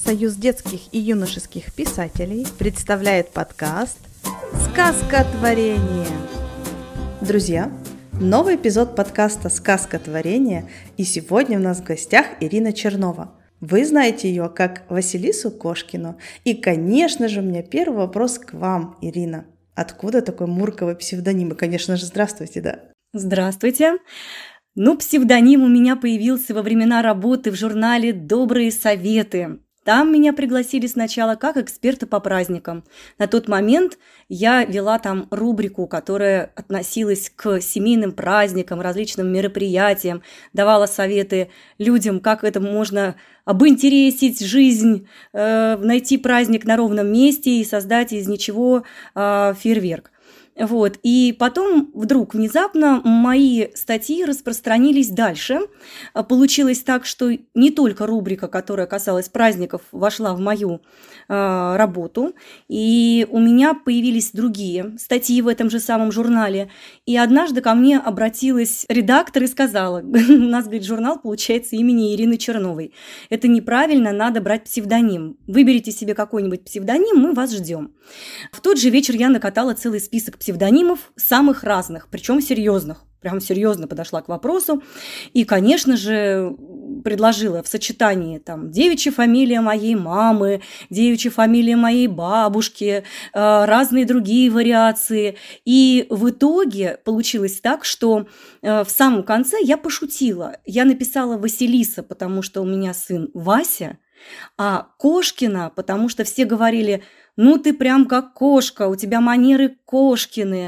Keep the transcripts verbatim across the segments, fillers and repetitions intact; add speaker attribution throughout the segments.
Speaker 1: Союз детских и юношеских писателей представляет подкаст «Сказкотворение». Друзья, новый эпизод подкаста «Сказкотворение», и сегодня у нас в гостях Ирина Чернова. Вы знаете ее как Василису Кошкину. И, конечно же, у меня первый вопрос к вам, Ирина. Откуда такой мурковый псевдоним? И, конечно же, здравствуйте, да.
Speaker 2: Здравствуйте. Ну, псевдоним у меня появился во времена работы в журнале «Добрые советы». Там меня пригласили сначала как эксперта по праздникам. На тот момент я вела там рубрику, которая относилась к семейным праздникам, различным мероприятиям, давала советы людям, как это можно обинтересить жизнь, э, найти праздник на ровном месте и создать из ничего э, фейерверк. Вот. И потом вдруг внезапно мои статьи распространились дальше. Получилось так, что не только рубрика, которая касалась праздников, вошла в мою э, работу, и у меня появились другие статьи в этом же самом журнале. И однажды ко мне обратилась редактор и сказала: у нас, говорит, журнал получается имени Ирины Черновой. Это неправильно, надо брать псевдоним. Выберите себе какой-нибудь псевдоним, мы вас ждем. В тот же вечер я накатала целый список псевдонимов самых разных, причем серьезных. Прям серьезно подошла к вопросу. И, конечно же, предложила в сочетании там девичья фамилия моей мамы, девичья фамилия моей бабушки, разные другие вариации. И в итоге получилось так, что в самом конце я пошутила. Я написала Василиса, потому что у меня сын Вася, а Кошкина, потому что все говорили: ну, ты прям как кошка, у тебя манеры кошкины.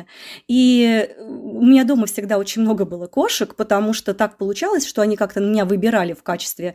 Speaker 2: И у меня дома всегда очень много было кошек, потому что так получалось, что они как-то меня выбирали в качестве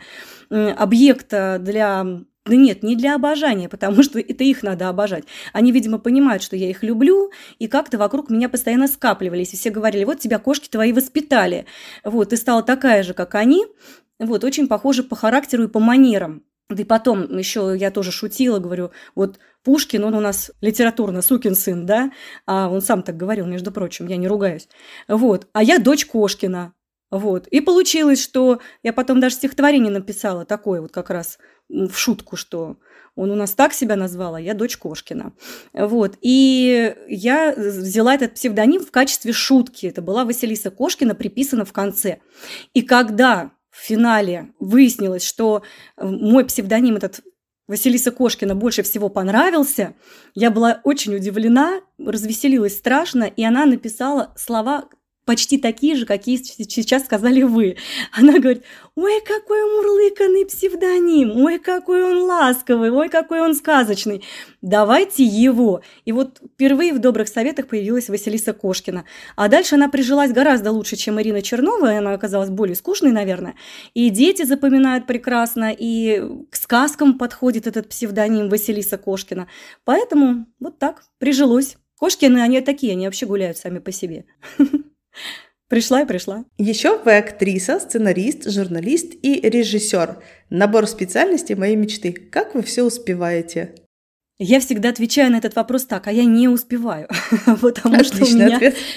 Speaker 2: объекта для... Да нет, не для обожания, потому что это их надо обожать. Они, видимо, понимают, что я их люблю, и как-то вокруг меня постоянно скапливались. И все говорили: вот тебя кошки твои воспитали. Вот, ты стала такая же, как они. Вот, очень похожа по характеру и по манерам. Да и потом еще я тоже шутила, говорю, вот Пушкин, он у нас литературно сукин сын, да, а он сам так говорил, между прочим, я не ругаюсь, вот, а я дочь Кошкина, вот, и получилось, что я потом даже стихотворение написала такое вот как раз в шутку, что он у нас так себя назвал, а я дочь Кошкина, вот, и я взяла этот псевдоним в качестве шутки, это была Василиса Кошкина, приписана в конце, и когда в финале выяснилось, что мой псевдоним этот Василиса Кошкина больше всего понравился, я была очень удивлена, развеселилась страшно, и она написала слова почти такие же, какие сейчас сказали вы. Она говорит: ой, какой мурлыканный псевдоним, ой, какой он ласковый, ой, какой он сказочный, давайте его. И вот впервые в «Добрых советах» появилась Василиса Кошкина. А дальше она прижилась гораздо лучше, чем Ирина Чернова, она оказалась более скучной, наверное. И дети запоминают прекрасно, и к сказкам подходит этот псевдоним Василиса Кошкина. Поэтому вот так прижилось. Кошкины, они такие, они вообще гуляют сами по себе. Пришла и пришла.
Speaker 1: Еще вы актриса, сценарист, журналист и режиссер. Набор специальностей моей мечты. Как вы все успеваете?
Speaker 2: Я всегда отвечаю на этот вопрос так: а я не успеваю, потому что у меня...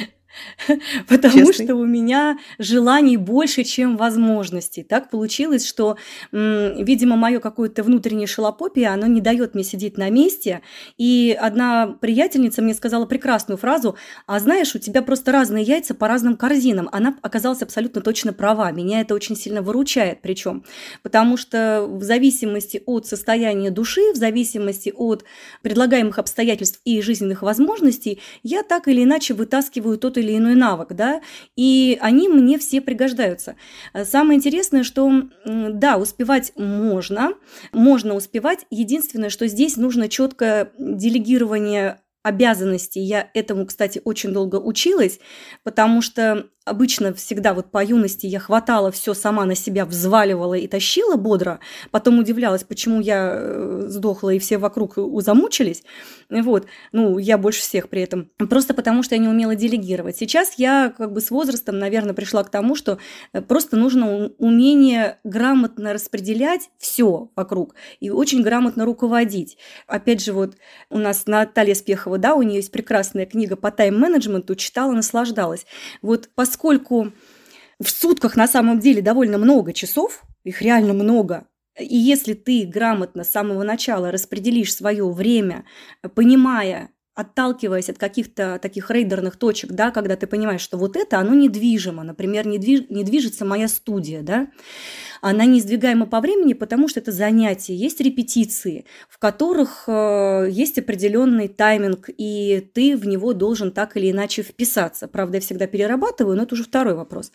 Speaker 2: Потому Честный. что у меня желаний больше, чем возможностей. Так получилось, что, видимо, мое какое-то внутреннее шелопопие, оно не дает мне сидеть на месте. И одна приятельница мне сказала прекрасную фразу: а знаешь, у тебя просто разные яйца по разным корзинам. Она оказалась абсолютно точно права. Меня это очень сильно выручает причем. Потому что в зависимости от состояния души, в зависимости от предлагаемых обстоятельств и жизненных возможностей, я так или иначе вытаскиваю тот или иной навык, да, и они мне все пригождаются. Самое интересное, что, да, успевать можно, можно успевать, единственное, что здесь нужно четкое делегирование обязанностей. Я этому, кстати, очень долго училась, потому что обычно всегда вот по юности я хватала все сама на себя, взваливала и тащила бодро, потом удивлялась, почему я сдохла и все вокруг замучились, вот, ну, я больше всех при этом, просто потому что я не умела делегировать. Сейчас я как бы с возрастом, наверное, пришла к тому, что просто нужно умение грамотно распределять все вокруг и очень грамотно руководить. Опять же, вот у нас Наталья Спехова, да, у нее есть прекрасная книга по тайм-менеджменту, читала, наслаждалась. Вот поскольку в сутках на самом деле довольно много часов, их реально много, И если ты грамотно с самого начала распределишь свое время, понимая, отталкиваясь от каких-то таких рейдерных точек, да, когда ты понимаешь, что вот это, оно недвижимо, например, не, движ, не движется моя студия, да, она неиздвигаема по времени, потому что это занятие, есть репетиции, в которых э, есть определенный тайминг, и ты в него должен так или иначе вписаться. Правда, я всегда перерабатываю, но это уже второй вопрос.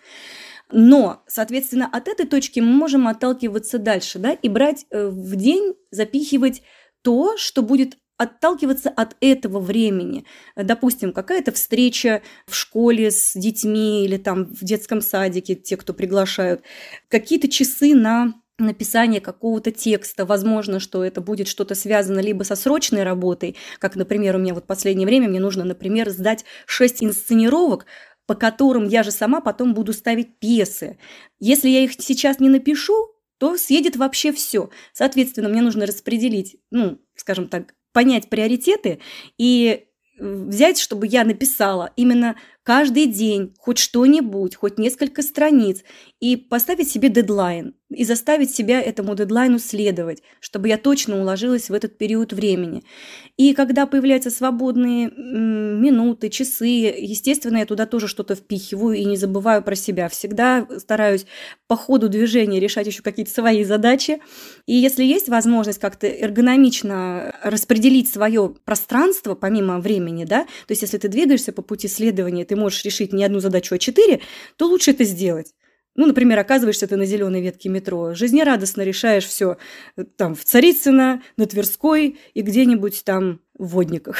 Speaker 2: Но, соответственно, от этой точки мы можем отталкиваться дальше, да, и брать э, в день, запихивать то, что будет отталкиваться от этого времени. Допустим, какая-то встреча в школе с детьми или там в детском садике, те, кто приглашают, какие-то часы на написание какого-то текста. Возможно, что это будет что-то связано либо со срочной работой, как, например, у меня вот в последнее время мне нужно, например, сдать шесть инсценировок, по которым я же сама потом буду ставить пьесы. Если я их сейчас не напишу, то съедет вообще все. Соответственно, мне нужно распределить, ну, скажем так, понять приоритеты и взять, чтобы я написала именно каждый день хоть что-нибудь, хоть несколько страниц, и поставить себе дедлайн, и заставить себя этому дедлайну следовать, чтобы я точно уложилась в этот период времени. И когда появляются свободные минуты, часы, естественно, я туда тоже что-то впихиваю и не забываю про себя. Всегда стараюсь по ходу движения решать еще какие-то свои задачи. И если есть возможность как-то эргономично распределить свое пространство помимо времени, да, то есть если ты двигаешься по пути следования, ты можешь решить не одну задачу, а четыре, то лучше это сделать. Ну, например, оказываешься ты на зеленой ветке метро, жизнерадостно решаешь все там в Царицыно, на Тверской и где-нибудь там в Водниках,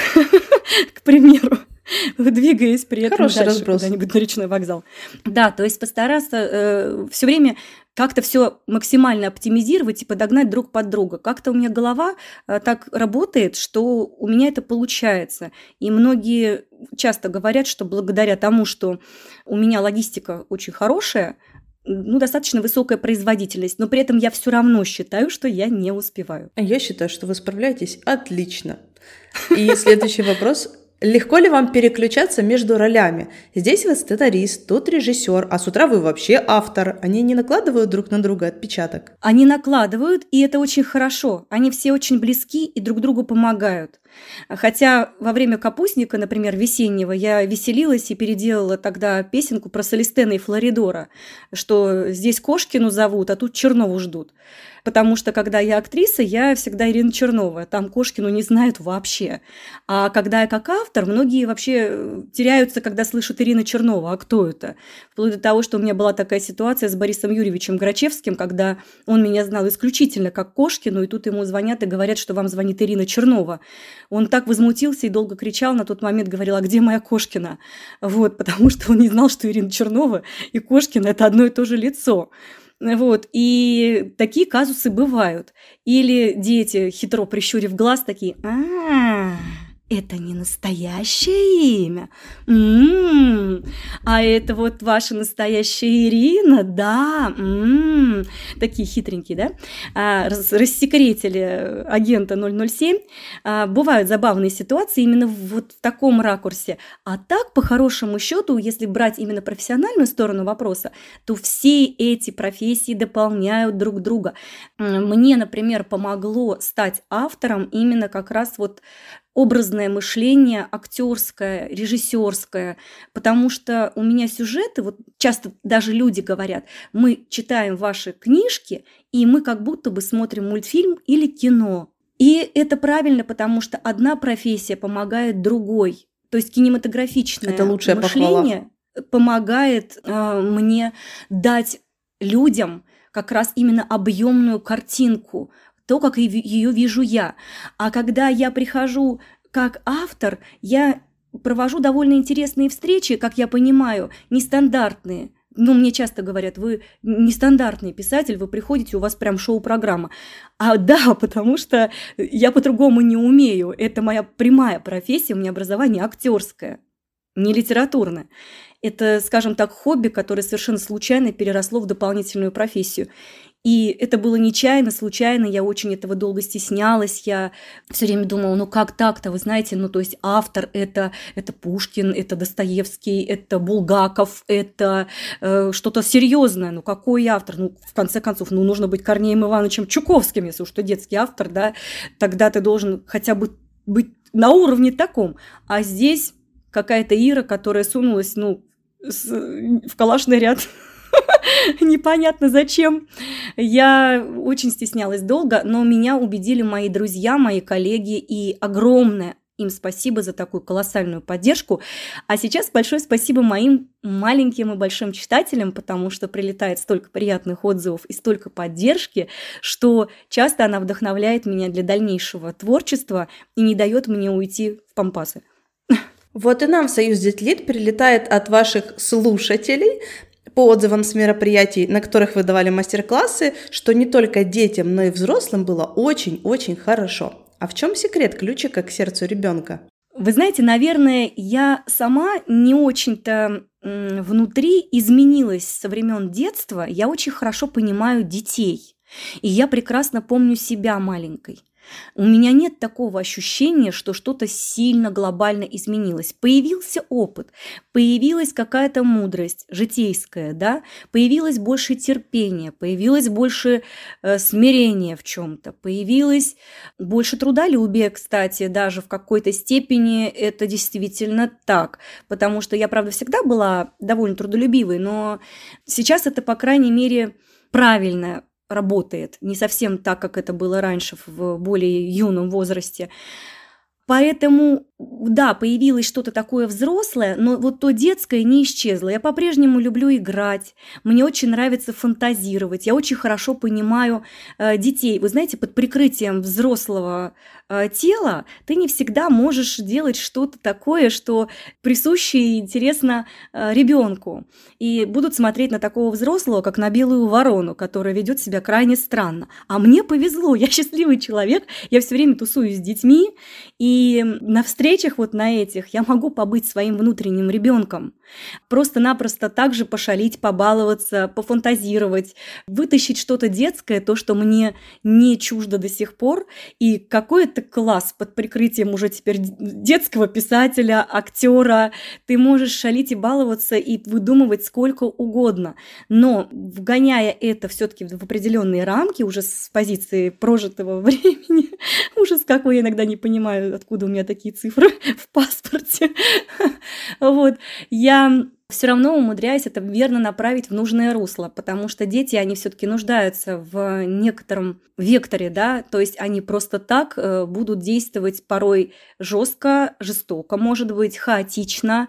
Speaker 2: к примеру, двигаясь при этом
Speaker 1: Хороший
Speaker 2: дальше
Speaker 1: разброс.
Speaker 2: куда-нибудь на речной вокзал. Да, то есть постараться э, все время как-то все максимально оптимизировать и подогнать друг под друга. Как-то у меня голова э, так работает, что у меня это получается. И многие часто говорят, что благодаря тому, что у меня логистика очень хорошая, ну, достаточно высокая производительность, но при этом я все равно считаю, что я не успеваю.
Speaker 1: Я считаю, что вы справляетесь отлично. И следующий вопрос. Легко ли вам переключаться между ролями? Здесь вы сценарист, тут режиссер, а с утра вы вообще автор. Они не накладывают друг на друга отпечаток?
Speaker 2: Они накладывают, и это очень хорошо. Они все очень близки и друг другу помогают. Хотя во время капустника, например, весеннего, я веселилась и переделала тогда песенку про Солистена и Флоридора, что здесь Кошкину зовут, а тут Чернову ждут. Потому что, когда я актриса, я всегда Ирина Чернова, там Кошкину не знают вообще. А когда я как автор, многие вообще теряются, когда слышат Ирина Чернова, а кто это? Вплоть до того, что у меня была такая ситуация с Борисом Юрьевичем Грачевским, когда он меня знал исключительно как Кошкину, и тут ему звонят и говорят, что вам звонит Ирина Чернова. Он так возмутился и долго кричал, на тот момент говорил: а где моя Кошкина? Вот, потому что он не знал, что Ирина Чернова и Кошкина – это одно и то же лицо. Вот, и такие казусы бывают. Или дети, хитро прищурив глаз, такие: а, это не настоящее имя. М-м-м. А это вот ваша настоящая Ирина, да. М-м-м. Такие хитренькие, да? А, рас- рассекретили агента ноль ноль семь. А, бывают забавные ситуации именно вот в таком ракурсе. А так, по хорошему счету, если брать именно профессиональную сторону вопроса, то все эти профессии дополняют друг друга. Мне, например, помогло стать автором именно как раз вот образное мышление актерское, режиссерское, потому что у меня сюжеты, вот часто даже люди говорят: мы читаем ваши книжки, и мы как будто бы смотрим мультфильм или кино. И это правильно, потому что одна профессия помогает другой. То есть кинематографичное
Speaker 1: Это лучшая
Speaker 2: мышление помогает э, мне дать людям как раз именно объемную картинку, то, как ее вижу я. А когда я прихожу как автор, я провожу довольно интересные встречи, как я понимаю, нестандартные. Ну, мне часто говорят: вы нестандартный писатель, вы приходите, у вас прям шоу-программа. А да, потому что я по-другому не умею. Это моя прямая профессия, у меня образование актерское, не литературное. Это, скажем так, хобби, которое совершенно случайно переросло в дополнительную профессию. И это было нечаянно, случайно, я очень этого долго стеснялась, я все время думала, ну как так-то, вы знаете, ну то есть автор это, это Пушкин, это Достоевский, это Булгаков, это э, что-то серьезное, ну какой автор, ну в конце концов, ну нужно быть Корнеем Ивановичем Чуковским, если уж ты детский автор, да, тогда ты должен хотя бы быть на уровне таком, а здесь какая-то Ира, которая сунулась, ну, с, в калашный ряд. Непонятно зачем. Я очень стеснялась долго, но меня убедили мои друзья, мои коллеги, и огромное им спасибо за такую колоссальную поддержку. А сейчас большое спасибо моим маленьким и большим читателям, потому что прилетает столько приятных отзывов и столько поддержки, что часто она вдохновляет меня для дальнейшего творчества и не дает мне уйти в пампасы.
Speaker 1: Вот и нам в Союз Детлит прилетает от ваших слушателей по отзывам с мероприятий, на которых вы давали мастер-классы, что не только детям, но и взрослым было очень-очень хорошо. А в чем секрет ключика к сердцу ребенка?
Speaker 2: Вы знаете, наверное, я сама не очень-то внутри изменилась со времен детства. Я очень хорошо понимаю детей. И я прекрасно помню себя маленькой. У меня нет такого ощущения, что что-то сильно глобально изменилось. Появился опыт, появилась какая-то мудрость житейская, да? Появилось больше терпения, появилось больше э, смирения в чем-то, появилось больше трудолюбия, кстати, даже в какой-то степени это действительно так. Потому что я, правда, всегда была довольно трудолюбивой, но сейчас это, по крайней мере, правильно работает, не совсем так, как это было раньше в более юном возрасте. Поэтому, да, появилось что-то такое взрослое, но вот то детское не исчезло. Я по-прежнему люблю играть, мне очень нравится фантазировать, я очень хорошо понимаю э, детей. Вы знаете, под прикрытием взрослого э, тела ты не всегда можешь делать что-то такое, что присуще и интересно э, ребенку. И будут смотреть на такого взрослого, как на белую ворону, которая ведет себя крайне странно. А мне повезло, я счастливый человек, я все время тусуюсь с детьми, и И на встречах вот на этих я могу побыть своим внутренним ребенком, просто-напросто также пошалить, побаловаться, пофантазировать, вытащить что-то детское, то, что мне не чуждо до сих пор, и какой-то класс под прикрытием уже теперь детского писателя, актера, ты можешь шалить и баловаться и выдумывать сколько угодно, но вгоняя это все-таки в определенные рамки уже с позиции прожитого времени, ужас какой, я иногда не понимаю, откуда у меня такие цифры в паспорте. Вот. Я все равно умудряюсь это верно направить в нужное русло, потому что дети, они все-таки нуждаются в некотором векторе, да, то есть они просто так будут действовать порой жестко, жестоко, может быть, хаотично,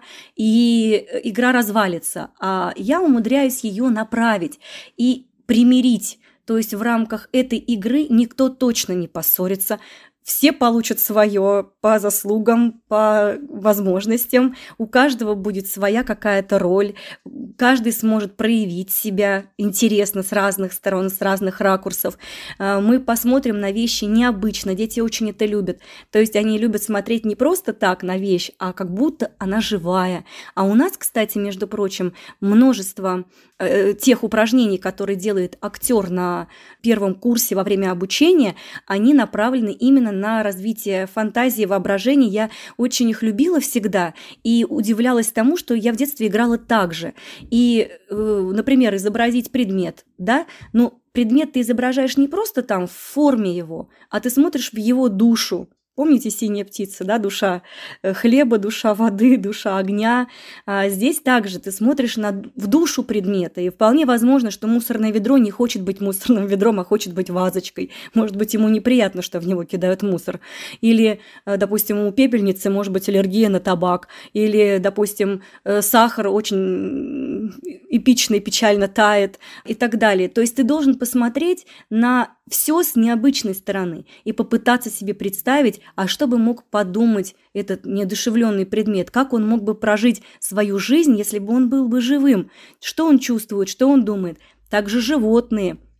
Speaker 2: и игра развалится. А я умудряюсь ее направить и примирить. То есть в рамках этой игры никто точно не поссорится, все получат свое по заслугам, по возможностям, у каждого будет своя какая-то роль, каждый сможет проявить себя интересно с разных сторон, с разных ракурсов. Мы посмотрим на вещи необычно, дети очень это любят. То есть они любят смотреть не просто так на вещь, а как будто она живая. А у нас, кстати, между прочим, множество э, тех упражнений, которые делает актер на первом курсе во время обучения, они направлены именно на развитие фантазии, воображения. Я очень их любила всегда и удивлялась тому, что я в детстве играла так же. И, например, изобразить предмет, да, ну, предмет ты изображаешь не просто там в форме его, а ты смотришь в его душу. Помните «Синяя птица», да, душа хлеба, душа воды, душа огня. А здесь также ты смотришь на, в душу предмета, и вполне возможно, что мусорное ведро не хочет быть мусорным ведром, а хочет быть вазочкой. Может быть, ему неприятно, что в него кидают мусор. Или, допустим, у пепельницы может быть аллергия на табак. Или, допустим, сахар очень эпично и печально тает и так далее. То есть ты должен посмотреть на все с необычной стороны и попытаться себе представить, а что бы мог подумать этот неодушевленный предмет, как он мог бы прожить свою жизнь, если бы он был бы живым, что он чувствует, что он думает. Также животные.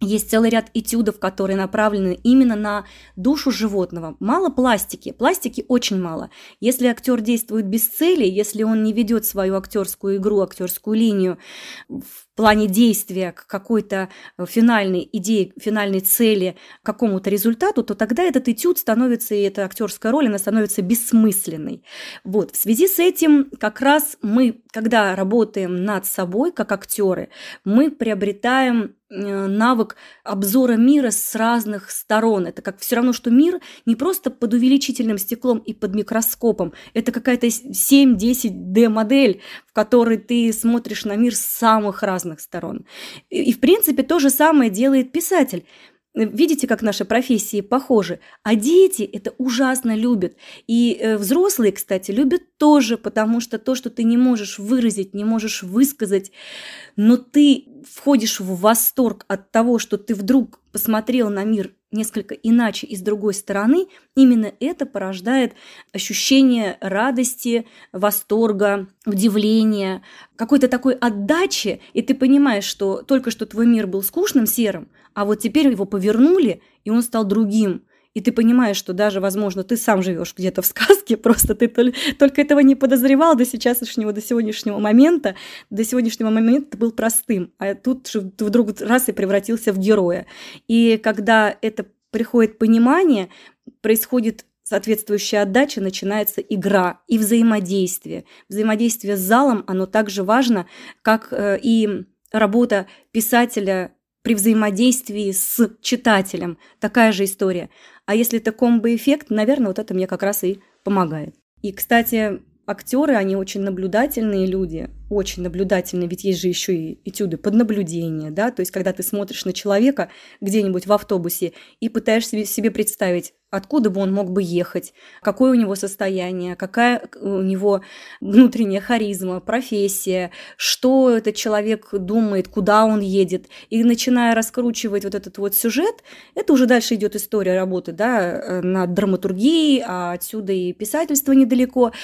Speaker 2: Есть целый ряд этюдов, которые направлены именно на душу животного. Мало пластики. Пластики очень мало. Если актер действует без цели, если он не ведет свою актерскую игру, актерскую линию в плане действия к какой-то финальной идее, финальной цели, к какому-то результату, то тогда этот этюд становится, и эта актерская роль, она становится бессмысленной. Вот. В связи с этим как раз мы, когда работаем над собой, как актеры, мы приобретаем навык обзора мира с разных сторон. Это как все равно, что мир не просто под увеличительным стеклом и под микроскопом. Это какая-то семь-десять дэ-модель, в которой ты смотришь на мир с самых разных сторон. И, и в принципе, то же самое делает писатель. Видите, как наши профессии похожи. А дети это ужасно любят. И э, взрослые, кстати, любят тоже, потому что то, что ты не можешь выразить, не можешь высказать, но ты входишь в восторг от того, что ты вдруг посмотрел на мир несколько иначе и с другой стороны, именно это порождает ощущение радости, восторга, удивления, какой-то такой отдачи, и ты понимаешь, что только что твой мир был скучным, серым, а вот теперь его повернули, и он стал другим. И ты понимаешь, что даже, возможно, ты сам живешь где-то в сказке, просто ты только этого не подозревал до сейчасшнего, до сегодняшнего момента. До сегодняшнего момента ты был простым, а тут ты вдруг раз и превратился в героя. И когда это приходит понимание, происходит соответствующая отдача, начинается игра и взаимодействие. Взаимодействие с залом, оно также важно, как и работа писателя при взаимодействии с читателем. Такая же история. А если это комбо-эффект, наверное, вот это мне как раз и помогает. И, кстати, актеры, они очень наблюдательные люди, очень наблюдательные, ведь есть же еще и этюды под наблюдение, да, то есть когда ты смотришь на человека где-нибудь в автобусе и пытаешься себе представить, откуда бы он мог бы ехать, какое у него состояние, какая у него внутренняя харизма, профессия, что этот человек думает, куда он едет. И начиная раскручивать вот этот вот сюжет, это уже дальше идет история работы, да, над драматургией, а отсюда и писательство недалеко.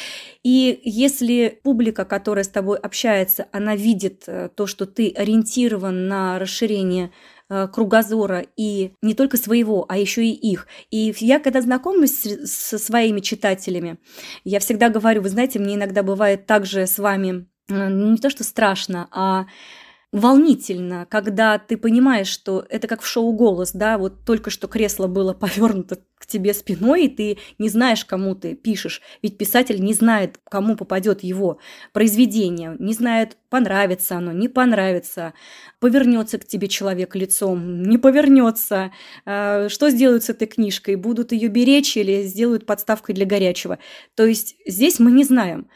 Speaker 2: И если публика, которая с тобой общается, она видит то, что ты ориентирован на расширение кругозора и не только своего, а еще и их. И я, когда знакомлюсь со своими читателями, я всегда говорю, вы знаете, мне иногда бывает так же с вами, ну, не то что страшно, а волнительно, когда ты понимаешь, что это как в шоу «Голос», да, вот только что кресло было повернуто к тебе спиной, и ты не знаешь, кому ты пишешь, ведь писатель не знает, кому попадет его произведение, не знает, понравится оно, не понравится, повернется к тебе человек лицом, не повернется, что сделают с этой книжкой, будут ее беречь или сделают подставкой для горячего. То есть здесь мы не знаем.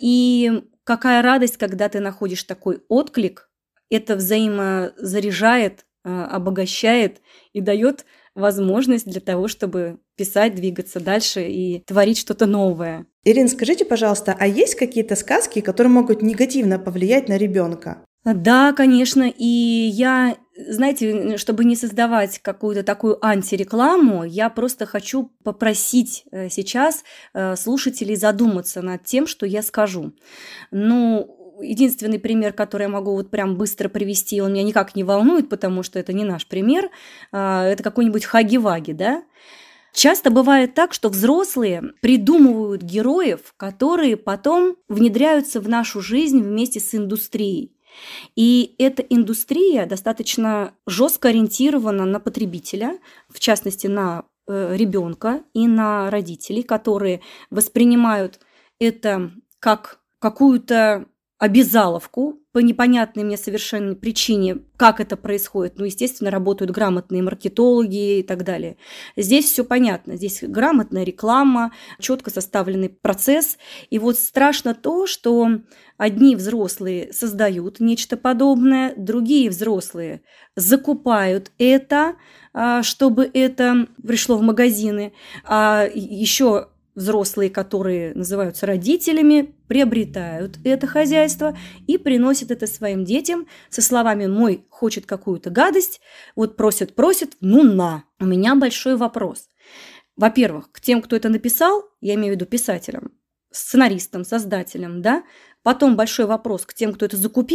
Speaker 2: И какая радость, когда ты находишь такой отклик, это взаимозаряжает, обогащает и дает возможность для того, чтобы писать, двигаться дальше и творить что-то новое.
Speaker 1: Ирина, скажите, пожалуйста, а есть какие-то сказки, которые могут негативно повлиять на ребенка?
Speaker 2: Да, конечно, и я, знаете, чтобы не создавать какую-то такую антирекламу, я просто хочу попросить сейчас слушателей задуматься над тем, что я скажу. Ну, единственный пример, который я могу вот прям быстро привести, он меня никак не волнует, потому что это не наш пример, это какой-нибудь Хаги-Ваги, да? Часто бывает так, что взрослые придумывают героев, которые потом внедряются в нашу жизнь вместе с индустрией. И эта индустрия достаточно жестко ориентирована на потребителя, в частности, на ребенка и на родителей, которые воспринимают это как какую-то обязаловку по непонятной мне совершенно причине, как это происходит. Ну, естественно, работают грамотные маркетологи и так далее. Здесь все понятно. Здесь грамотная реклама, четко составленный процесс. И вот страшно то, что одни взрослые создают нечто подобное, другие взрослые закупают это, чтобы это пришло в магазины, а еще взрослые, которые называются родителями, приобретают это хозяйство и приносят это своим детям со словами «мой хочет какую-то гадость, вот просит, просит, ну на». У меня большой вопрос. Во-первых, к тем, кто это написал, я имею в виду писателям, сценаристам, создателям, да. Потом большой вопрос к тем, кто это закупил,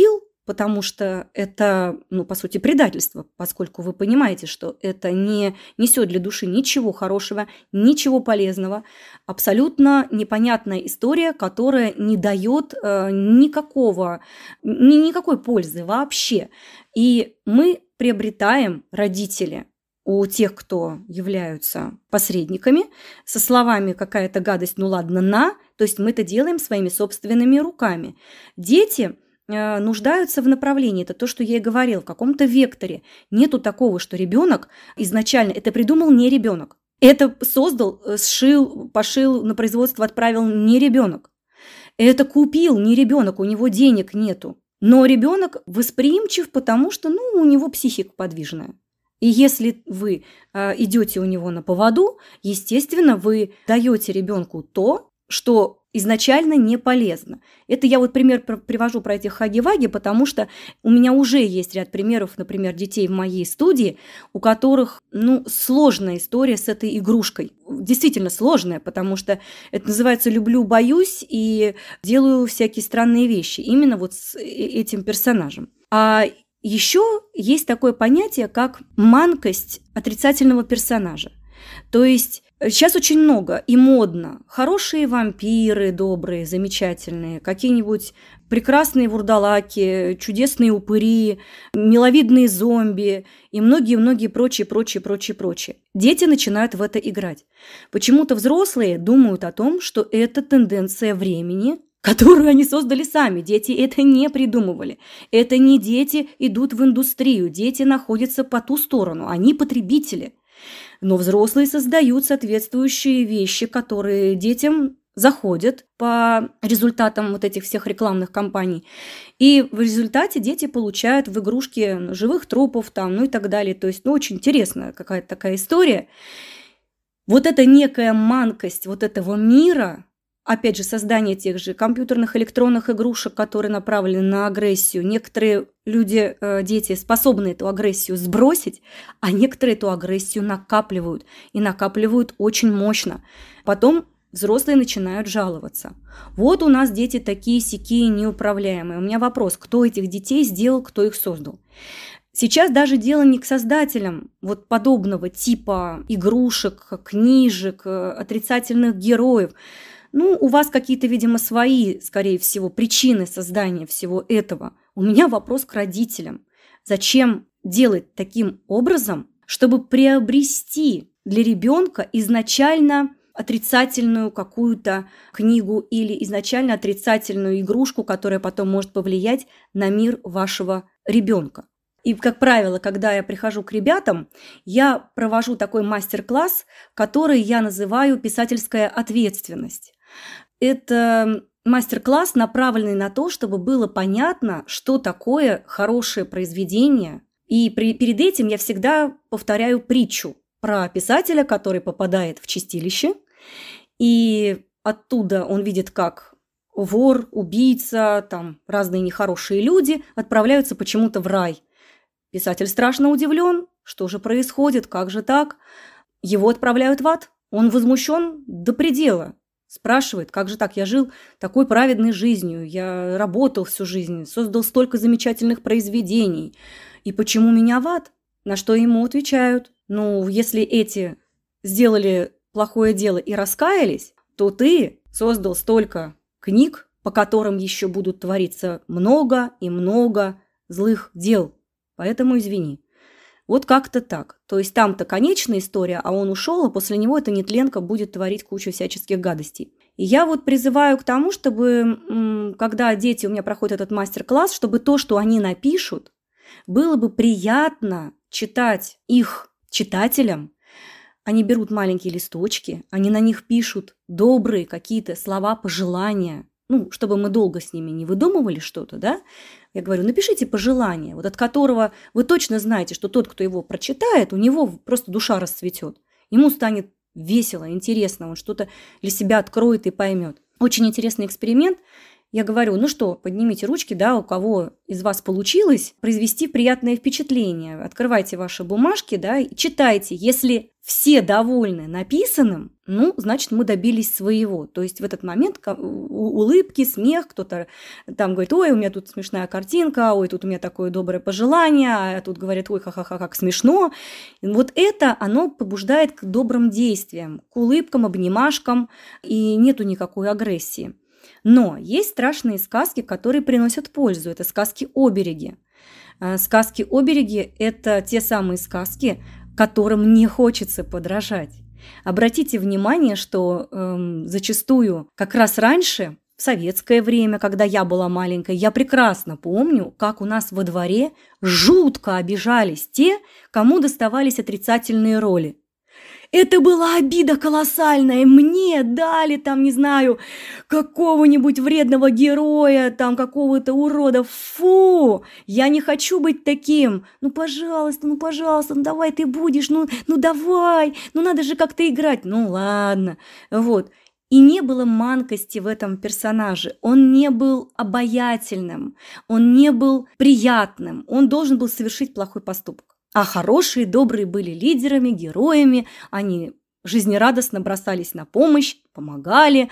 Speaker 2: потому что это, ну, по сути, предательство, поскольку вы понимаете, что это не несет для души ничего хорошего, ничего полезного, абсолютно непонятная история, которая не дает э, никакого, ни, никакой пользы вообще. И мы приобретаем, родители, у тех, кто являются посредниками, со словами «какая-то гадость, ну ладно, на», то есть мы это делаем своими собственными руками. Дети э, нуждаются в направлении, это то, что я и говорила, в каком-то векторе. Нету такого, что ребенок изначально, это придумал не ребенок. Это создал, сшил, пошил, на производство отправил не ребенок. Это купил не ребенок, у него денег нету. Но ребенок восприимчив, потому что, ну, у него психика подвижная. И если вы э, идете у него на поводу, естественно, вы даете ребенку то, что изначально не полезно. Это я вот пример привожу про этих хаги-ваги, потому что у меня уже есть ряд примеров, например, детей в моей студии, у которых, ну, сложная история с этой игрушкой. Действительно сложная, потому что это называется «люблю, боюсь» и делаю всякие странные вещи именно вот с этим персонажем. А еще есть такое понятие, как манкость отрицательного персонажа. То есть сейчас очень много и модно. Хорошие вампиры, добрые, замечательные, какие-нибудь прекрасные вурдалаки, чудесные упыри, миловидные зомби и многие-многие прочие, прочие, прочие, прочие. Дети начинают в это играть. Почему-то взрослые думают о том, что это тенденция времени, которую они создали сами. Дети это не придумывали. Это не дети идут в индустрию. Дети находятся по ту сторону. Они потребители. Но взрослые создают соответствующие вещи, которые детям заходят по результатам вот этих всех рекламных кампаний. И в результате дети получают в игрушки живых трупов, там, ну и так далее. То есть, ну, очень интересная какая-то такая история. Вот эта некая манкость вот этого мира, опять же, создание тех же компьютерных электронных игрушек, которые направлены на агрессию. Некоторые люди, дети, способны эту агрессию сбросить, а некоторые эту агрессию накапливают. И накапливают очень мощно. Потом взрослые начинают жаловаться. Вот у нас дети такие-сякие неуправляемые. У меня вопрос, кто этих детей сделал, кто их создал? Сейчас даже дело не к создателям вот подобного типа игрушек, книжек, отрицательных героев. Ну, у вас какие-то, видимо, свои, скорее всего, причины создания всего этого. У меня вопрос к родителям. Зачем делать таким образом, чтобы приобрести для ребенка изначально отрицательную какую-то книгу или изначально отрицательную игрушку, которая потом может повлиять на мир вашего ребенка? И, как правило, когда я прихожу к ребятам, я провожу такой мастер-класс, который я называю «писательская ответственность». Это мастер-класс, направленный на то, чтобы было понятно, что такое хорошее произведение. И при, перед этим я всегда повторяю притчу про писателя, который попадает в чистилище, и оттуда он видит, как вор, убийца, там разные нехорошие люди отправляются почему-то в рай. Писатель страшно удивлен, что же происходит, как же так? Его отправляют в ад. Он возмущен до предела. Спрашивает, как же так, я жил такой праведной жизнью, я работал всю жизнь, создал столько замечательных произведений, и почему меня в ад? На что ему отвечают, ну, если эти сделали плохое дело и раскаялись, то ты создал столько книг, по которым еще будут твориться много и много злых дел, поэтому извини. Вот как-то так. То есть там-то конечная история, а он ушел, а после него эта нетленка будет творить кучу всяческих гадостей. И я вот призываю к тому, чтобы, когда дети у меня проходят этот мастер-класс, чтобы то, что они напишут, было бы приятно читать их читателям. Они берут маленькие листочки, они на них пишут добрые какие-то слова пожелания, ну, чтобы мы долго с ними не выдумывали что-то, да, я говорю, напишите пожелание, вот от которого вы точно знаете, что тот, кто его прочитает, у него просто душа расцветет. Ему станет весело, интересно, он что-то для себя откроет и поймет. Очень интересный эксперимент. Я говорю, ну что, поднимите ручки, да, у кого из вас получилось произвести приятное впечатление. Открывайте ваши бумажки, да, и читайте. Если все довольны написанным, ну, значит, мы добились своего. То есть в этот момент улыбки, смех, кто-то там говорит, ой, у меня тут смешная картинка, ой, тут у меня такое доброе пожелание, а тут говорят, ой, ха-ха-ха, как смешно. И вот это, оно побуждает к добрым действиям, к улыбкам, обнимашкам, и нету никакой агрессии. Но есть страшные сказки, которые приносят пользу. Это сказки-обереги. Сказки-обереги – это те самые сказки, которым не хочется подражать. Обратите внимание, что э, зачастую как раз раньше, в советское время, когда я была маленькой, я прекрасно помню, как у нас во дворе жутко обижались те, кому доставались отрицательные роли. Это была обида колоссальная. Мне дали там, не знаю, какого-нибудь вредного героя, там какого-то урода. Фу, я не хочу быть таким. Ну, пожалуйста, ну, пожалуйста, ну, давай ты будешь, ну, ну, давай, ну, надо же как-то играть. Ну, ладно, вот. И не было манкости в этом персонаже. Он не был обаятельным, он не был приятным, он должен был совершить плохой поступок. А хорошие, добрые были лидерами, героями, они жизнерадостно бросались на помощь, помогали,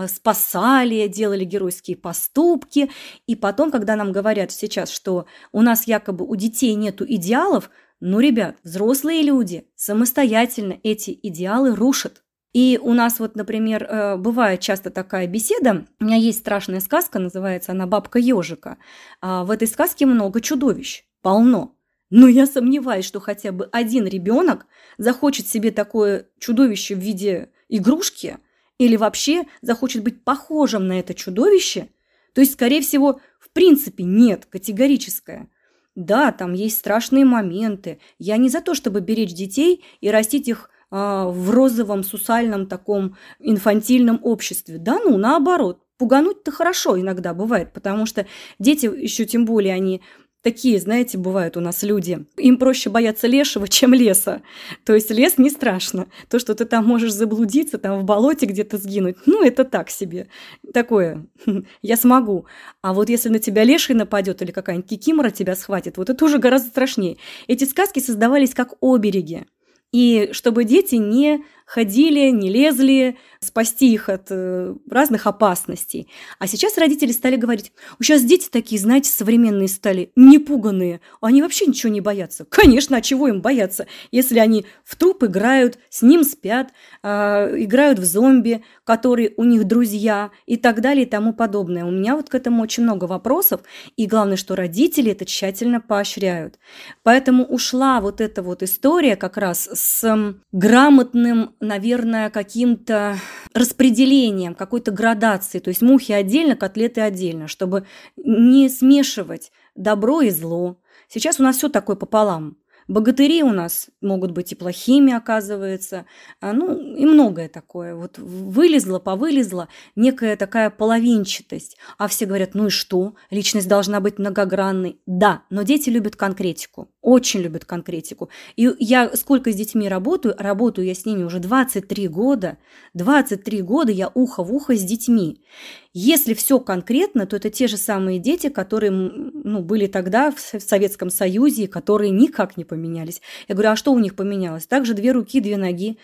Speaker 2: спасали, делали геройские поступки. И потом, когда нам говорят сейчас, что у нас якобы у детей нету идеалов, ну, ребят, взрослые люди самостоятельно эти идеалы рушат. И у нас вот, например, бывает часто такая беседа. У меня есть страшная сказка, называется она «Бабка Ёжика». В этой сказке много чудовищ, полно. Но я сомневаюсь, что хотя бы один ребенок захочет себе такое чудовище в виде игрушки или вообще захочет быть похожим на это чудовище. То есть, скорее всего, в принципе нет, категорическое. Да, там есть страшные моменты. Я не за то, чтобы беречь детей и растить их а, в розовом, сусальном таком инфантильном обществе. Да ну, наоборот. Пугануть-то хорошо иногда бывает, потому что дети еще тем более они... Такие, знаете, бывают у нас люди. Им проще бояться лешего, чем леса. То есть лес не страшно. То, что ты там можешь заблудиться, там в болоте где-то сгинуть, ну, это так себе. Такое, я смогу. А вот если на тебя леший нападет или какая-нибудь кикимора тебя схватит, вот это уже гораздо страшнее. Эти сказки создавались как обереги. И чтобы дети не ходили, не лезли, спасти их от э, разных опасностей. А сейчас родители стали говорить, сейчас дети такие, знаете, современные стали, непуганные, они вообще ничего не боятся. Конечно, а чего им бояться, если они в труп играют, с ним спят, э, играют в зомби, которые у них друзья и так далее и тому подобное. У меня вот к этому очень много вопросов, и главное, что родители это тщательно поощряют. Поэтому ушла вот эта вот история как раз с грамотным, наверное, каким-то распределением, какой-то градацией, то есть мухи отдельно, котлеты отдельно, чтобы не смешивать добро и зло. Сейчас у нас все такое пополам. Богатыри у нас могут быть и плохими, оказывается, ну и многое такое. Вот вылезла, повылезла некая такая половинчатость. А все говорят, ну и что? Личность должна быть многогранной. Да, но дети любят конкретику, очень любят конкретику. И я сколько с детьми работаю, работаю я с ними уже двадцать три года. двадцать три года я ухо в ухо с детьми. Если все конкретно, то это те же самые дети, которые ну, были тогда в Советском Союзе, которые никак не поменялись. Я говорю, а что у них поменялось? Также две руки, две ноги,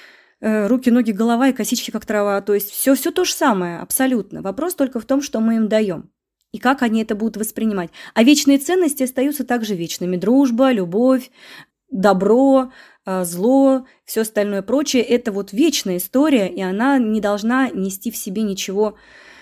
Speaker 2: э, руки, ноги, голова и косички, как трава. То есть все, все то же самое, абсолютно. Вопрос только в том, что мы им даем и как они это будут воспринимать. А вечные ценности остаются также вечными. Дружба, любовь, добро, зло, все остальное прочее. Это вот вечная история, и она не должна нести в себе ничего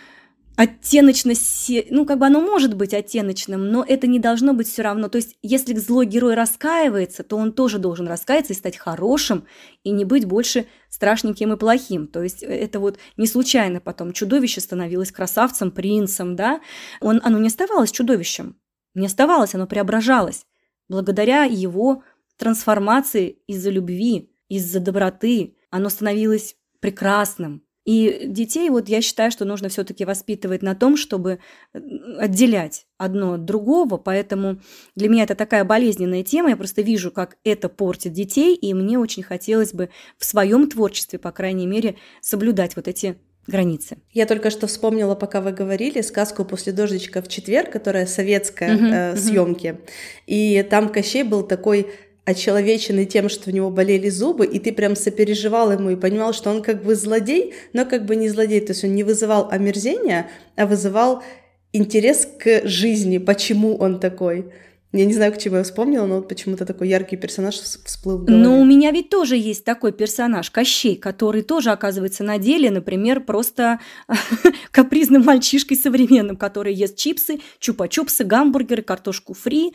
Speaker 2: оттеночность, ну, как бы оно может быть оттеночным, но это не должно быть все равно. То есть, если злой герой раскаивается, то он тоже должен раскаяться и стать хорошим, и не быть больше страшненьким и плохим. То есть, это вот не случайно потом чудовище становилось красавцем, принцем, да? Он, оно не оставалось чудовищем, не оставалось, оно преображалось благодаря его трансформации из-за любви, из-за доброты. Оно становилось прекрасным. И детей, вот я считаю, что нужно все-таки воспитывать на том, чтобы отделять одно от другого, поэтому для меня это такая болезненная тема, я просто вижу, как это портит детей, и мне очень хотелось бы в своем творчестве, по крайней мере, соблюдать вот эти границы.
Speaker 1: Я только что вспомнила, пока вы говорили, сказку «После дождичка в четверг», которая советская
Speaker 2: Мгм,
Speaker 1: э,
Speaker 2: мгм.
Speaker 1: съемки. И там Кощей был такой очеловеченный тем, что у него болели зубы, и ты прям сопереживал ему и понимал, что он как бы злодей, но как бы не злодей. То есть он не вызывал омерзения, а вызывал интерес к жизни, почему он такой. Я не знаю, к чему я вспомнила, но вот почему-то такой яркий персонаж вс- всплыл в голове.
Speaker 2: Но у меня ведь тоже есть такой персонаж, Кощей, который тоже оказывается на деле, например, просто капризным мальчишкой современным, который ест чипсы, чупа-чупсы, гамбургеры, картошку фри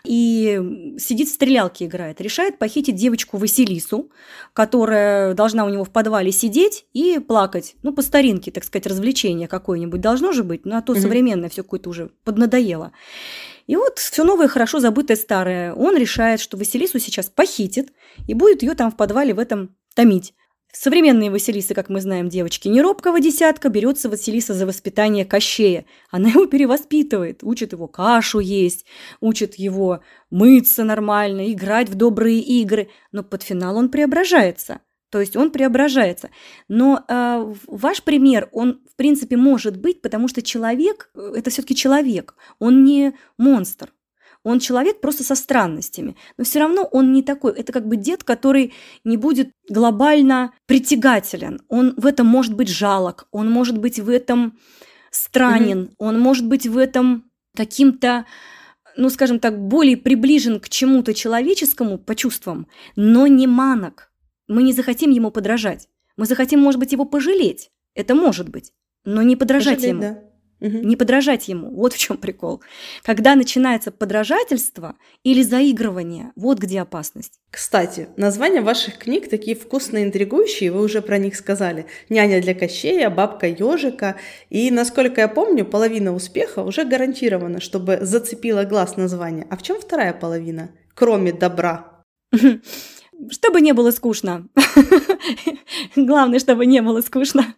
Speaker 2: и сидит в стрелялки играет. Решает похитить девочку Василису, которая должна у него в подвале сидеть и плакать. Ну, по старинке, так сказать, развлечение какое-нибудь должно же быть, ну, а то
Speaker 1: Мгм.
Speaker 2: современное все какое-то уже поднадоело. И вот все новое, хорошо забытое старое. Он решает, что Василису сейчас похитит и будет ее там в подвале в этом томить. Современные Василисы, как мы знаем, девочки не робкого десятка, берется Василиса за воспитание Кощея. Она его перевоспитывает, учит его кашу есть, учит его мыться нормально, играть в добрые игры. Но под финал он преображается. То есть он преображается. Но э, ваш пример, он, в принципе, может быть, потому что человек – это все-таки человек. Он не монстр. Он человек просто со странностями. Но все равно он не такой. Это как бы дед, который не будет глобально притягателен. Он в этом может быть жалок. Он может быть в этом странен.
Speaker 1: Мгм.
Speaker 2: Он может быть в этом каким-то, ну, скажем так, более приближен к чему-то человеческому по чувствам, но не манок. Мы не захотим ему подражать. Мы захотим, может быть, его пожалеть. Это может быть. Но не подражать
Speaker 1: Пожалеть,
Speaker 2: ему.
Speaker 1: да. Мгм.
Speaker 2: Не подражать ему. Вот в чем прикол. Когда начинается подражательство или заигрывание, вот где опасность.
Speaker 1: Кстати, названия ваших книг такие вкусные, интригующие, вы уже про них сказали. «Няня для Кощея», «Бабка Ёжика». И, насколько я помню, половина успеха уже гарантирована, чтобы зацепило глаз название. А в чем вторая половина, кроме добра?
Speaker 2: Чтобы не было скучно. Главное, чтобы не было скучно.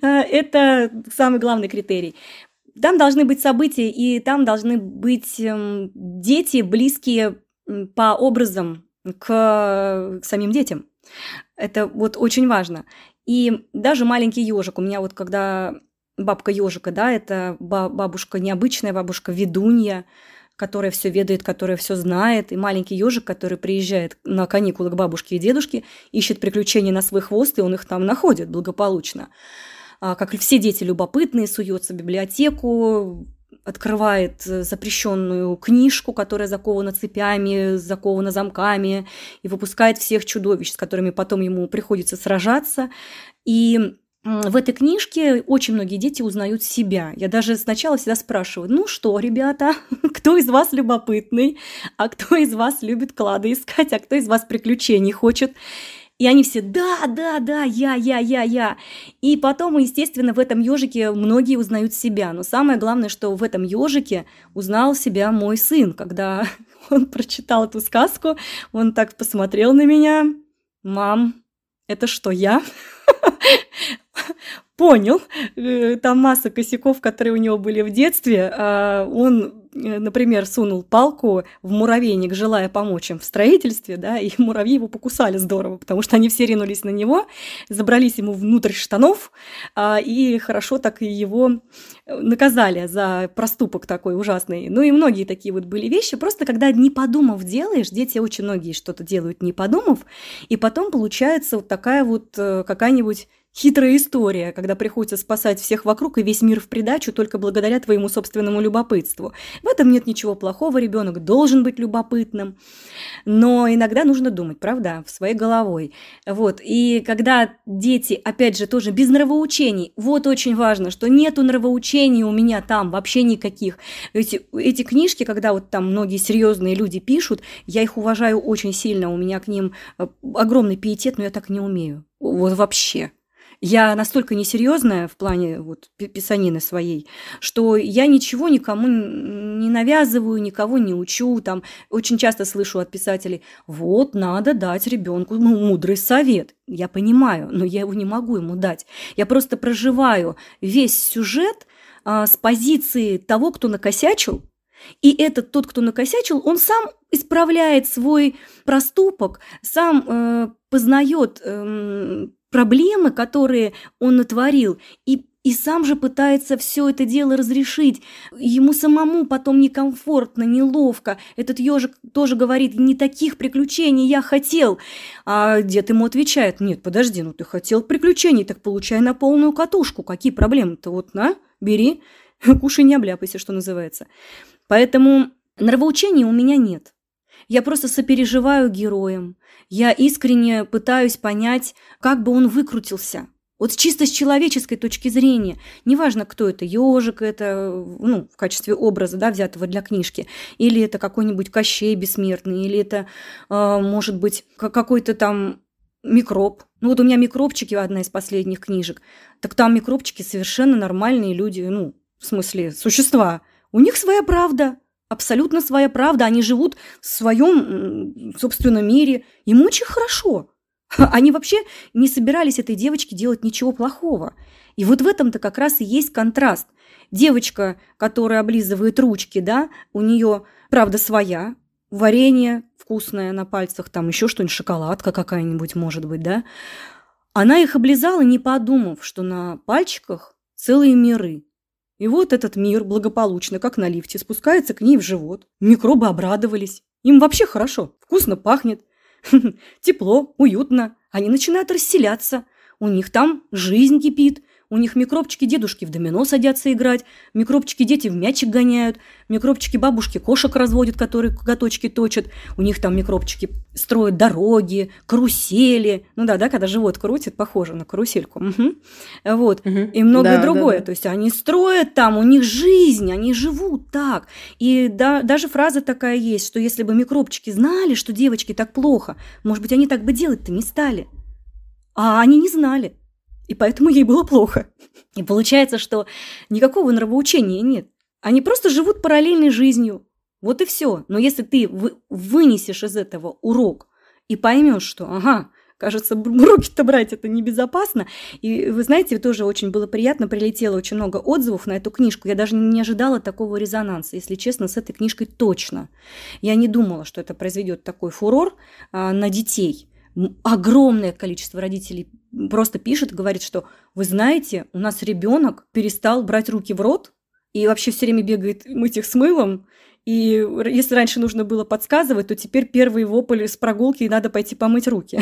Speaker 2: Это самый главный критерий. Там должны быть события, и там должны быть эм, дети, близкие м, по образам к, к самим детям. Это вот очень важно. И даже маленький ежик. У меня вот когда бабка ежика, да, это ба- бабушка необычная, бабушка ведунья, которая все ведает, которая все знает, и маленький ежик, который приезжает на каникулы к бабушке и дедушке, ищет приключения на свой хвост, и он их там находит благополучно. А, как и все дети любопытные, суется в библиотеку, открывает запрещенную книжку, которая закована цепями, закована замками, и выпускает всех чудовищ, с которыми потом ему приходится сражаться. И в этой книжке очень многие дети узнают себя. Я даже сначала всегда спрашиваю: ну что, ребята, кто из вас любопытный, а кто из вас любит клады искать, а кто из вас приключений хочет? И они все: да, да, да, я, я, я, я. И потом, естественно, в этом ежике многие узнают себя. Но самое главное, что в этом ежике узнал себя мой сын. Когда он прочитал эту сказку, он так посмотрел на меня: мам, это что, я? Понял, там масса косяков, которые у него были в детстве. Он, например, сунул палку в муравейник, желая помочь им в строительстве, да, и муравьи его покусали здорово, потому что они все ринулись на него, забрались ему внутрь штанов, и хорошо так и его наказали за проступок такой ужасный. Ну и многие такие вот были вещи. Просто когда не подумав делаешь, дети очень многие что-то делают не подумав, и потом получается вот такая вот какая-нибудь хитрая история, когда приходится спасать всех вокруг и весь мир в придачу только благодаря твоему собственному любопытству. В этом нет ничего плохого, ребенок должен быть любопытным, но иногда нужно думать, правда, в своей головой. Вот. И когда дети, опять же, тоже без нравоучений, вот очень важно, что нету нравоучений у меня там вообще никаких. Эти, эти книжки, когда вот там многие серьезные люди пишут, я их уважаю очень сильно, у меня к ним огромный пиетет, но я так не умею. Вот вообще. Я настолько несерьезная в плане вот писанины своей, что я ничего никому не навязываю, никого не учу. Там очень часто слышу от писателей: вот, надо дать ребенку мудрый совет. Я понимаю, но я его не могу ему дать. Я просто проживаю весь сюжет а, с позиции того, кто накосячил. И этот тот, кто накосячил, он сам исправляет свой проступок, сам э, познает э, проблемы, которые он натворил, и И сам же пытается все это дело разрешить. Ему самому потом некомфортно, неловко. Этот ежик тоже говорит: не таких приключений я хотел. А дед ему отвечает: нет, подожди, ну ты хотел приключений, так получай на полную катушку. Какие проблемы-то? Вот, на, бери, кушай, не обляпайся, что называется. Поэтому нравоучения у меня нет. Я просто сопереживаю героям. Я искренне пытаюсь понять, как бы он выкрутился. Вот чисто с человеческой точки зрения, неважно, кто это, ежик это, ну, в качестве образа, да, взятого для книжки, или это какой-нибудь Кощей бессмертный, или это, э, может быть, какой-то там микроб. Ну, вот у меня «Микробчики», одна из последних книжек, так там микробчики совершенно нормальные люди, ну, в смысле, существа. У них своя правда, абсолютно своя правда, они живут в своем собственном мире, им очень хорошо. Они вообще не собирались этой девочке делать ничего плохого. И вот в этом-то как раз и есть контраст. Девочка, которая облизывает ручки, да, у нее правда своя, варенье вкусное на пальцах, там еще что-нибудь, шоколадка какая-нибудь, может быть, да. Она их облизала, не подумав, что на пальчиках целые миры. И вот этот мир благополучно, как на лифте, спускается к ней в живот. Микробы обрадовались. Им вообще хорошо, вкусно пахнет. Тепло, уютно. Они начинают расселяться. У них там жизнь кипит. У них микробчики-дедушки в домино садятся играть. Микробчики-дети в мячик гоняют. Микробчики-бабушки кошек разводят, которые коготочки точат. У них там микробчики строят дороги, карусели. Ну да, да, когда живот крутит, похоже на карусельку. Угу. Вот. Угу. И многое да, другое. Да, да. То есть они строят там, у них жизнь, они живут так. И да, даже фраза такая есть, что если бы микробчики знали, что девочке так плохо, может быть, они так бы делать-то не стали. А они не знали. И поэтому ей было плохо. И получается, что никакого нравоучения нет. Они просто живут параллельной жизнью. Вот и все. Но если ты вы, вынесешь из этого урок и поймешь, что, ага, кажется, руки-то брать это небезопасно. И вы знаете, тоже очень было приятно, прилетело очень много отзывов на эту книжку. Я даже не ожидала такого резонанса, если честно, с этой книжкой точно. Я не думала, что это произведет такой фурор а, на детей. Огромное количество родителей просто пишет, говорит, что вы знаете, у нас ребенок перестал брать руки в рот и вообще все время бегает мыть их с мылом. И если раньше нужно было подсказывать, то теперь первый вопль с прогулки и надо пойти помыть руки.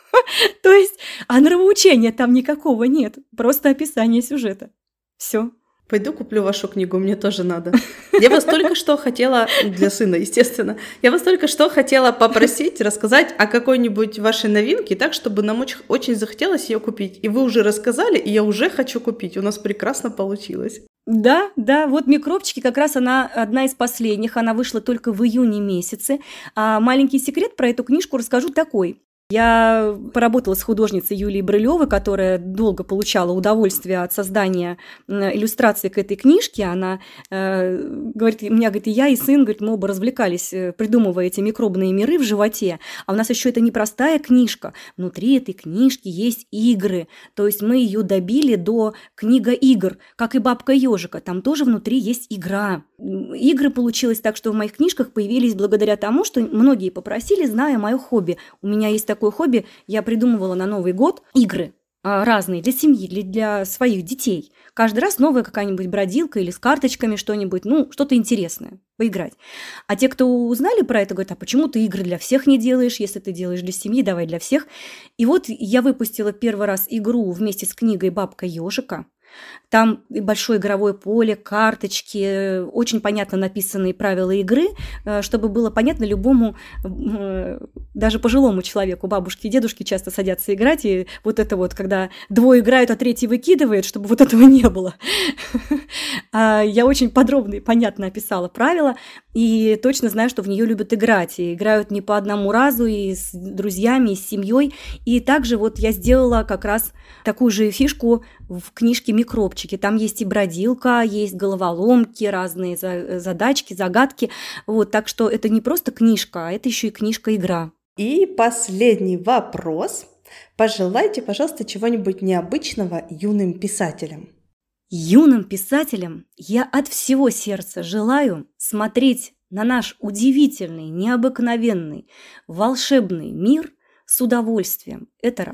Speaker 2: То есть, а нравоучения там никакого нет, просто описание сюжета. Все.
Speaker 1: Пойду куплю вашу книгу, мне тоже надо. Я вас только что хотела, для сына, естественно, я вас только что хотела попросить рассказать о какой-нибудь вашей новинке, так, чтобы нам очень, очень захотелось ее купить. И вы уже рассказали, и я уже хочу купить. У нас прекрасно получилось.
Speaker 2: Да, да, вот «Микробчики» как раз она одна из последних, она вышла только в июне месяце. А маленький секрет про эту книжку расскажу такой. Я поработала с художницей Юлией Брылевой, которая долго получала удовольствие от создания иллюстраций к этой книжке. Она э, говорит, у меня, говорит, и я, и сын, говорит, мы оба развлекались, придумывая эти микробные миры в животе. А у нас еще это не простая книжка. Внутри этой книжки есть игры. То есть мы ее добили до книга игр, как и «Бабка ежика». Там тоже внутри есть игра. Игры получилось так, что в моих книжках появились благодаря тому, что многие попросили, зная мое хобби. У меня есть такое хобби, я придумывала на Новый год игры разные для семьи, для, для своих детей. Каждый раз новая какая-нибудь бродилка или с карточками что-нибудь, ну, что-то интересное поиграть. А те, кто узнали про это, говорят, а почему ты игры для всех не делаешь, если ты делаешь для семьи, давай для всех. И вот я выпустила первый раз игру вместе с книгой «Бабка ежика». Там большое игровое поле, карточки, очень понятно написанные правила игры, чтобы было понятно любому, даже пожилому человеку. Бабушки и дедушки часто садятся играть, и вот это вот, когда двое играют, а третий выкидывает, чтобы вот этого не было. Я очень подробно и понятно описала правила, и точно знаю, что в нее любят играть. И играют не по одному разу, и с друзьями, и с семьей. И также вот я сделала как раз такую же фишку в книжке «Микробчики». Там есть и бродилка, есть головоломки, разные задачки, загадки. Вот, так что это не просто книжка, а это еще и книжка-игра.
Speaker 1: И последний вопрос. Пожелайте, пожалуйста, чего-нибудь необычного юным писателям.
Speaker 2: Юным писателям я от всего сердца желаю смотреть на наш удивительный, необыкновенный, волшебный мир с удовольствием. Это раз.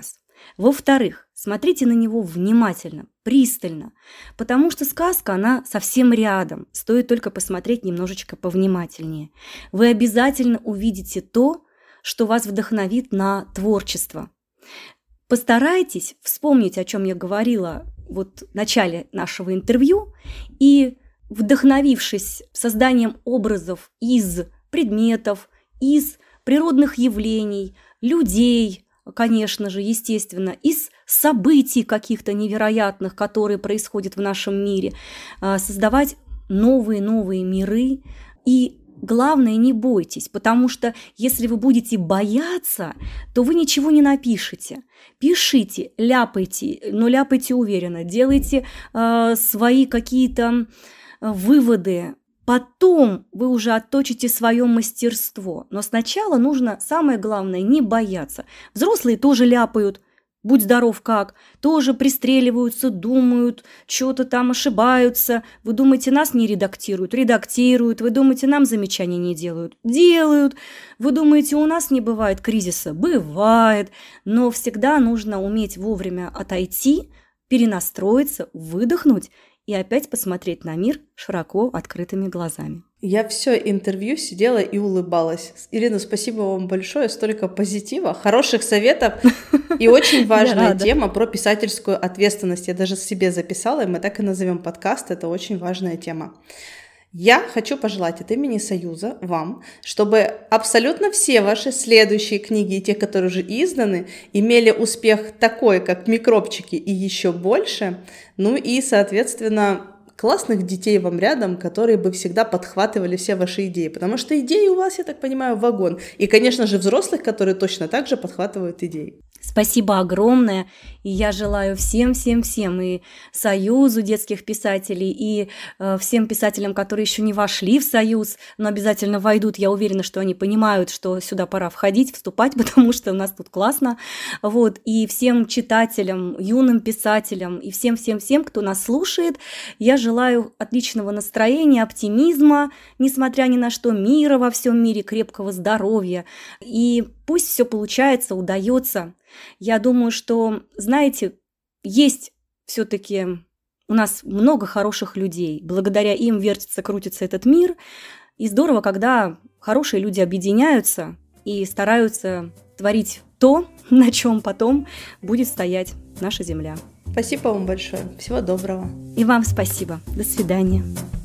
Speaker 2: Во-вторых, смотрите на него внимательно, пристально, потому что сказка, она совсем рядом, стоит только посмотреть немножечко повнимательнее. Вы обязательно увидите то, что вас вдохновит на творчество. Постарайтесь вспомнить, о чем я говорила вот в начале нашего интервью, и, вдохновившись созданием образов из предметов, из природных явлений, людей, конечно же, естественно, из событий каких-то невероятных, которые происходят в нашем мире, создавать новые-новые миры. И главное, не бойтесь, потому что если вы будете бояться, то вы ничего не напишете. Пишите, ляпайте, но ляпайте уверенно, делайте э, свои какие-то выводы. Потом вы уже отточите свое мастерство. Но сначала нужно, самое главное, не бояться. Взрослые тоже ляпают, будь здоров как, тоже пристреливаются, думают, что-то там ошибаются. Вы думаете, нас не редактируют? Редактируют. Вы думаете, нам замечания не делают? Делают. Вы думаете, у нас не бывает кризиса? Бывает. Но всегда нужно уметь вовремя отойти, перенастроиться, выдохнуть и опять посмотреть на мир широко открытыми глазами.
Speaker 1: Я все интервью сидела и улыбалась. Ирина, спасибо вам большое, столько позитива, хороших советов и очень важная тема про писательскую ответственность. Я даже себе записала, и мы так и назовем подкаст, это очень важная тема. Я хочу пожелать от имени Союза вам, чтобы абсолютно все ваши следующие книги и те, которые уже изданы, имели успех такой, как «Микробчики» и еще больше. Ну и, соответственно, классных детей вам рядом, которые бы всегда подхватывали все ваши идеи. Потому что идеи у вас, я так понимаю, вагон. И, конечно же, взрослых, которые точно так же подхватывают идеи.
Speaker 2: Спасибо огромное, и я желаю всем-всем-всем, и Союзу детских писателей, и э, всем писателям, которые еще не вошли в Союз, но обязательно войдут. Я уверена, что они понимают, что сюда пора входить, вступать, потому что у нас тут классно. Вот. И всем читателям, юным писателям, и всем-всем-всем, кто нас слушает, я желаю отличного настроения, оптимизма, несмотря ни на что, мира во всем мире, крепкого здоровья. И пусть все получается, удается. Я думаю, что, знаете, есть все-таки у нас много хороших людей. Благодаря им вертится, крутится этот мир. И здорово, когда хорошие люди объединяются и стараются творить то, на чем потом будет стоять наша земля.
Speaker 1: Спасибо вам большое. Всего доброго.
Speaker 2: И вам спасибо. До свидания.